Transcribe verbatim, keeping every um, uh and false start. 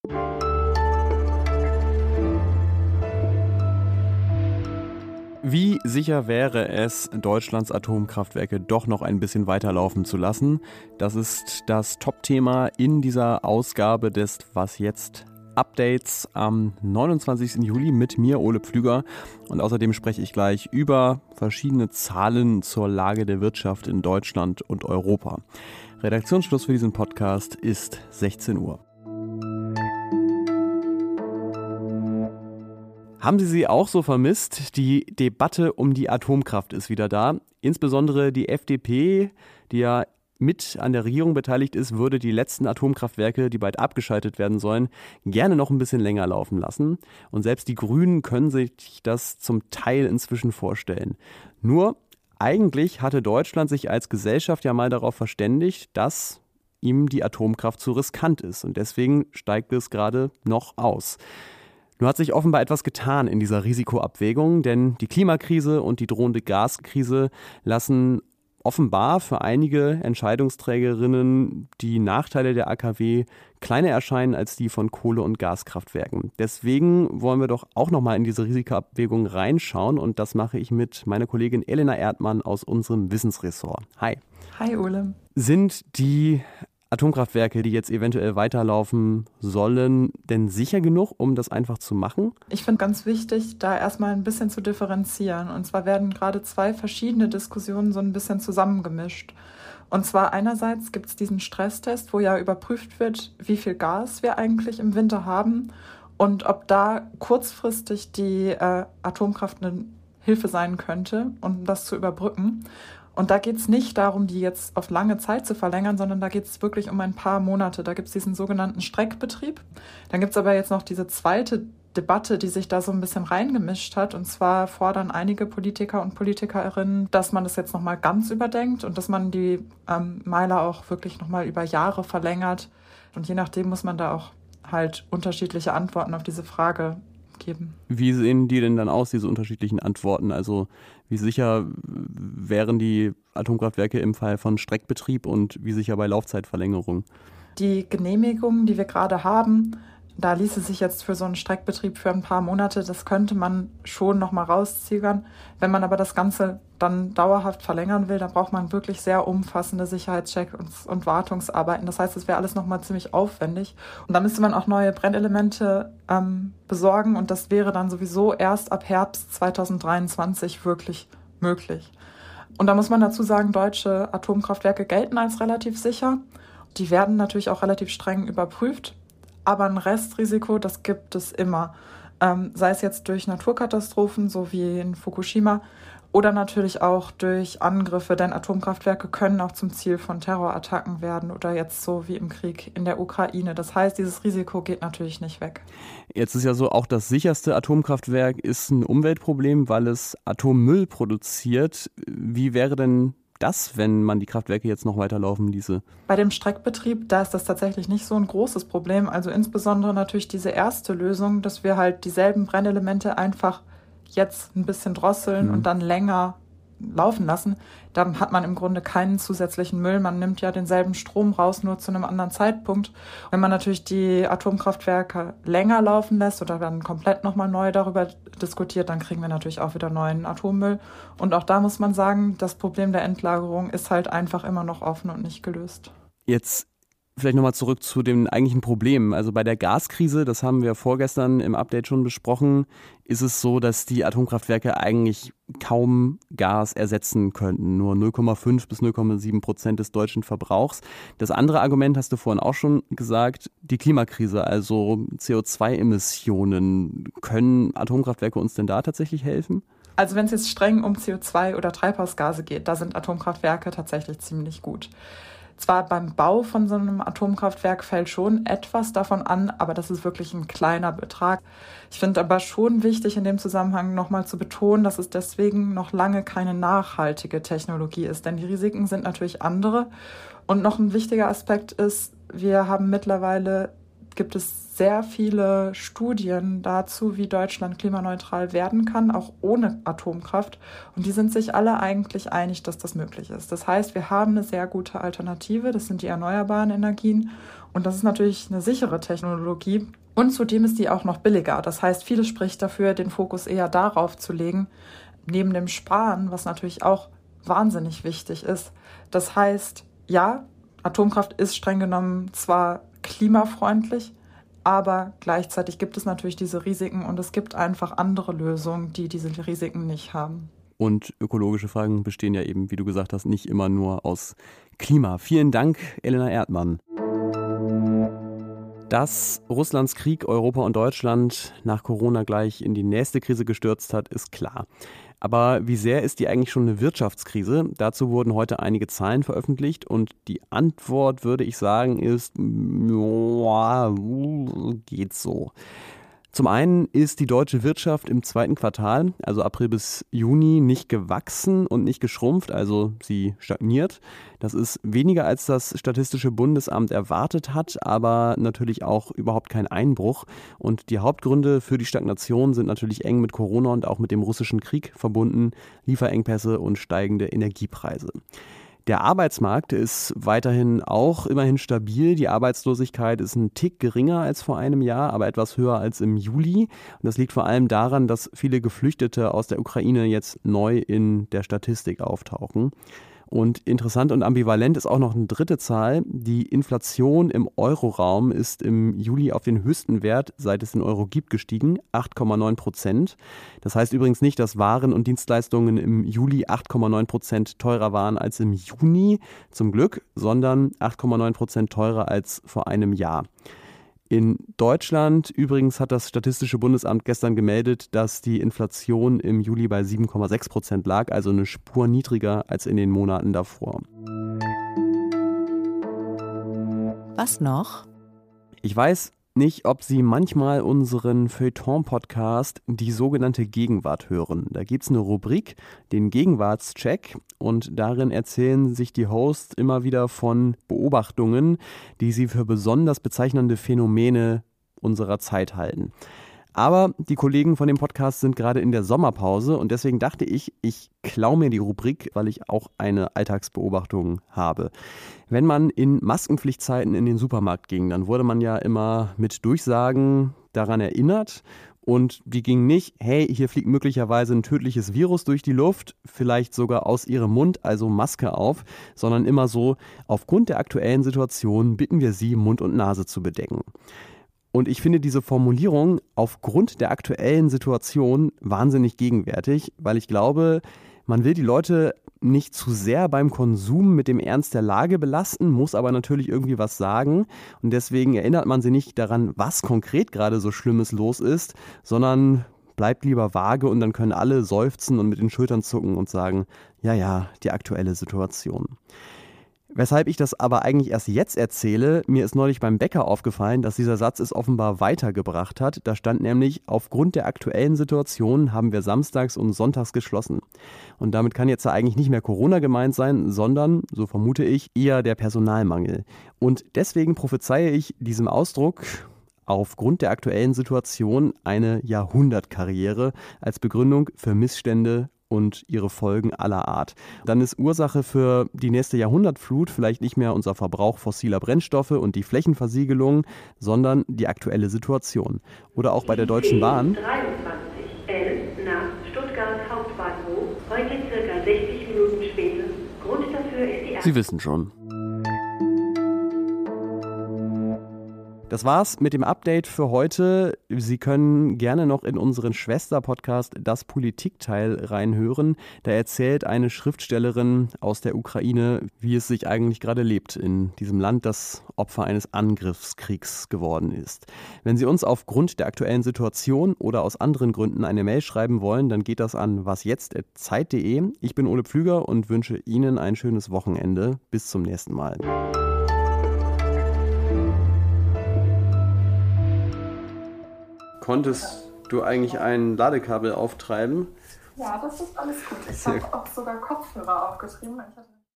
Wie sicher wäre es, Deutschlands Atomkraftwerke doch noch ein bisschen weiterlaufen zu lassen? Das ist das Top-Thema in dieser Ausgabe des Was jetzt? Updates am neunundzwanzigsten Juli mit mir, Ole Pflüger. Und außerdem spreche ich gleich über verschiedene Zahlen zur Lage der Wirtschaft in Deutschland und Europa. Redaktionsschluss für diesen Podcast ist sechzehn Uhr. Haben Sie sie auch so vermisst? Die Debatte um die Atomkraft ist wieder da. Insbesondere die F D P, die ja mit an der Regierung beteiligt ist, würde die letzten Atomkraftwerke, die bald abgeschaltet werden sollen, gerne noch ein bisschen länger laufen lassen. Und selbst die Grünen können sich das zum Teil inzwischen vorstellen. Nur, eigentlich hatte Deutschland sich als Gesellschaft ja mal darauf verständigt, dass ihm die Atomkraft zu riskant ist. Und deswegen steigt es gerade noch aus. Nur hat sich offenbar etwas getan in dieser Risikoabwägung, denn die Klimakrise und die drohende Gaskrise lassen offenbar für einige Entscheidungsträgerinnen die Nachteile der A K W kleiner erscheinen als die von Kohle- und Gaskraftwerken. Deswegen wollen wir doch auch nochmal in diese Risikoabwägung reinschauen und das mache ich mit meiner Kollegin Elena Erdmann aus unserem Wissensressort. Hi. Hi Ole. Sind die Atomkraftwerke, die jetzt eventuell weiterlaufen sollen, denn sicher genug, um das einfach zu machen? Ich finde ganz wichtig, da erstmal ein bisschen zu differenzieren. Und zwar werden gerade zwei verschiedene Diskussionen so ein bisschen zusammengemischt. Und zwar einerseits gibt es diesen Stresstest, wo ja überprüft wird, wie viel Gas wir eigentlich im Winter haben und ob da kurzfristig die äh, Atomkraft eine Hilfe sein könnte, um das zu überbrücken. Und da geht es nicht darum, die jetzt auf lange Zeit zu verlängern, sondern da geht es wirklich um ein paar Monate. Da gibt es diesen sogenannten Streckbetrieb. Dann gibt es aber jetzt noch diese zweite Debatte, die sich da so ein bisschen reingemischt hat. Und zwar fordern einige Politiker und Politikerinnen, dass man das jetzt nochmal ganz überdenkt und dass man die ähm, Meiler auch wirklich nochmal über Jahre verlängert. Und je nachdem muss man da auch halt unterschiedliche Antworten auf diese Frage geben. Wie sehen die denn dann aus, diese unterschiedlichen Antworten? Also wie sicher wären die Atomkraftwerke im Fall von Streckbetrieb und wie sicher bei Laufzeitverlängerung? Die Genehmigungen, die wir gerade haben, da ließe sich jetzt für so einen Streckbetrieb für ein paar Monate, das könnte man schon nochmal rauszögern. Wenn man aber das Ganze dann dauerhaft verlängern will, dann braucht man wirklich sehr umfassende Sicherheitschecks und, und Wartungsarbeiten. Das heißt, es wäre alles nochmal ziemlich aufwendig. Und da müsste man auch neue Brennelemente ähm, besorgen und das wäre dann sowieso erst ab Herbst zweitausenddreiundzwanzig wirklich möglich. Und da muss man dazu sagen, deutsche Atomkraftwerke gelten als relativ sicher. Die werden natürlich auch relativ streng überprüft. Aber ein Restrisiko, das gibt es immer. Ähm, sei es jetzt durch Naturkatastrophen, so wie in Fukushima, oder natürlich auch durch Angriffe, denn Atomkraftwerke können auch zum Ziel von Terrorattacken werden oder jetzt so wie im Krieg in der Ukraine. Das heißt, dieses Risiko geht natürlich nicht weg. Jetzt ist ja so, auch das sicherste Atomkraftwerk ist ein Umweltproblem, weil es Atommüll produziert. Wie wäre denn das, wenn man die Kraftwerke jetzt noch weiterlaufen ließe? Bei dem Streckbetrieb, da ist das tatsächlich nicht so ein großes Problem. Also insbesondere natürlich diese erste Lösung, dass wir halt dieselben Brennelemente einfach jetzt ein bisschen drosseln mhm. und dann länger laufen lassen. Dann hat man im Grunde keinen zusätzlichen Müll. Man nimmt ja denselben Strom raus, nur zu einem anderen Zeitpunkt. Wenn man natürlich die Atomkraftwerke länger laufen lässt oder dann komplett nochmal neu darüber diskutiert, dann kriegen wir natürlich auch wieder neuen Atommüll. Und auch da muss man sagen, das Problem der Endlagerung ist halt einfach immer noch offen und nicht gelöst. Jetzt vielleicht nochmal zurück zu den eigentlichen Problemen. Also bei der Gaskrise, das haben wir vorgestern im Update schon besprochen, ist es so, dass die Atomkraftwerke eigentlich kaum Gas ersetzen könnten. Nur null Komma fünf bis null Komma sieben Prozent des deutschen Verbrauchs. Das andere Argument hast du vorhin auch schon gesagt, die Klimakrise, also C O zwei Emissionen. Können Atomkraftwerke uns denn da tatsächlich helfen? Also wenn es jetzt streng um C O zwei oder Treibhausgase geht, da sind Atomkraftwerke tatsächlich ziemlich gut. Zwar beim Bau von so einem Atomkraftwerk fällt schon etwas davon an, aber das ist wirklich ein kleiner Betrag. Ich finde aber schon wichtig, in dem Zusammenhang nochmal zu betonen, dass es deswegen noch lange keine nachhaltige Technologie ist, denn die Risiken sind natürlich andere. Und noch ein wichtiger Aspekt ist, wir haben mittlerweile gibt es sehr viele Studien dazu, wie Deutschland klimaneutral werden kann, auch ohne Atomkraft. Und die sind sich alle eigentlich einig, dass das möglich ist. Das heißt, wir haben eine sehr gute Alternative, das sind die erneuerbaren Energien. Und das ist natürlich eine sichere Technologie. Und zudem ist die auch noch billiger. Das heißt, vieles spricht dafür, den Fokus eher darauf zu legen, neben dem Sparen, was natürlich auch wahnsinnig wichtig ist. Das heißt, ja, Atomkraft ist streng genommen zwar klimafreundlich, aber gleichzeitig gibt es natürlich diese Risiken und es gibt einfach andere Lösungen, die diese Risiken nicht haben. Und ökologische Fragen bestehen ja eben, wie du gesagt hast, nicht immer nur aus Klima. Vielen Dank, Elena Erdmann. Dass Russlands Krieg Europa und Deutschland nach Corona gleich in die nächste Krise gestürzt hat, ist klar. Aber wie sehr ist die eigentlich schon eine Wirtschaftskrise? Dazu wurden heute einige Zahlen veröffentlicht und die Antwort, würde ich sagen, ist, ja, geht so. Zum einen ist die deutsche Wirtschaft im zweiten Quartal, also April bis Juni, nicht gewachsen und nicht geschrumpft, also sie stagniert. Das ist weniger als das Statistische Bundesamt erwartet hat, aber natürlich auch überhaupt kein Einbruch. Und die Hauptgründe für die Stagnation sind natürlich eng mit Corona und auch mit dem russischen Krieg verbunden, Lieferengpässe und steigende Energiepreise. Der Arbeitsmarkt ist weiterhin auch immerhin stabil. Die Arbeitslosigkeit ist ein Tick geringer als vor einem Jahr, aber etwas höher als im Juli. Und das liegt vor allem daran, dass viele Geflüchtete aus der Ukraine jetzt neu in der Statistik auftauchen. Und interessant und ambivalent ist auch noch eine dritte Zahl. Die Inflation im Euroraum ist im Juli auf den höchsten Wert, seit es den Euro gibt, gestiegen, acht Komma neun Prozent. Das heißt übrigens nicht, dass Waren und Dienstleistungen im Juli acht Komma neun Prozent teurer waren als im Juni, zum Glück, sondern acht Komma neun Prozent teurer als vor einem Jahr. In Deutschland übrigens hat das Statistische Bundesamt gestern gemeldet, dass die Inflation im Juli bei sieben Komma sechs Prozent lag, also eine Spur niedriger als in den Monaten davor. Was noch? Ich weiß nicht, ob Sie manchmal unseren Feuilleton-Podcast Die sogenannte Gegenwart hören. Da gibt es eine Rubrik, den Gegenwartscheck, und darin erzählen sich die Hosts immer wieder von Beobachtungen, die sie für besonders bezeichnende Phänomene unserer Zeit halten. Aber die Kollegen von dem Podcast sind gerade in der Sommerpause und deswegen dachte ich, ich klaue mir die Rubrik, weil ich auch eine Alltagsbeobachtung habe. Wenn man in Maskenpflichtzeiten in den Supermarkt ging, dann wurde man ja immer mit Durchsagen daran erinnert. Und die ging nicht, hey, hier fliegt möglicherweise ein tödliches Virus durch die Luft, vielleicht sogar aus ihrem Mund, also Maske auf, sondern immer so, aufgrund der aktuellen Situation bitten wir Sie, Mund und Nase zu bedecken. Und ich finde diese Formulierung aufgrund der aktuellen Situation wahnsinnig gegenwärtig, weil ich glaube, man will die Leute nicht zu sehr beim Konsum mit dem Ernst der Lage belasten, muss aber natürlich irgendwie was sagen. Und deswegen erinnert man sie nicht daran, was konkret gerade so Schlimmes los ist, sondern bleibt lieber vage und dann können alle seufzen und mit den Schultern zucken und sagen, ja, ja, die aktuelle Situation. Weshalb ich das aber eigentlich erst jetzt erzähle, mir ist neulich beim Bäcker aufgefallen, dass dieser Satz es offenbar weitergebracht hat. Da stand nämlich, aufgrund der aktuellen Situation haben wir samstags und sonntags geschlossen. Und damit kann jetzt eigentlich nicht mehr Corona gemeint sein, sondern, so vermute ich, eher der Personalmangel. Und deswegen prophezeie ich diesem Ausdruck aufgrund der aktuellen Situation eine Jahrhundertkarriere als Begründung für Missstände und ihre Folgen aller Art. Dann ist Ursache für die nächste Jahrhundertflut vielleicht nicht mehr unser Verbrauch fossiler Brennstoffe und die Flächenversiegelung, sondern die aktuelle Situation. Oder auch bei der Deutschen Bahn. dreiundzwanzig elf nach Stuttgart Hauptbahnhof, heute circa sechzig Minuten später. Grund dafür ist die... Sie wissen schon. Das war's mit dem Update für heute. Sie können gerne noch in unseren Schwester-Podcast Das Politikteil reinhören. Da erzählt eine Schriftstellerin aus der Ukraine, wie es sich eigentlich gerade lebt in diesem Land, das Opfer eines Angriffskriegs geworden ist. Wenn Sie uns aufgrund der aktuellen Situation oder aus anderen Gründen eine Mail schreiben wollen, dann geht das an wasjetzt at zeit punkt de. Ich bin Ole Pflüger und wünsche Ihnen ein schönes Wochenende. Bis zum nächsten Mal. Konntest du eigentlich ein Ladekabel auftreiben? Ja, das ist alles gut. Ich habe auch sogar Kopfhörer aufgetrieben. Ich hatte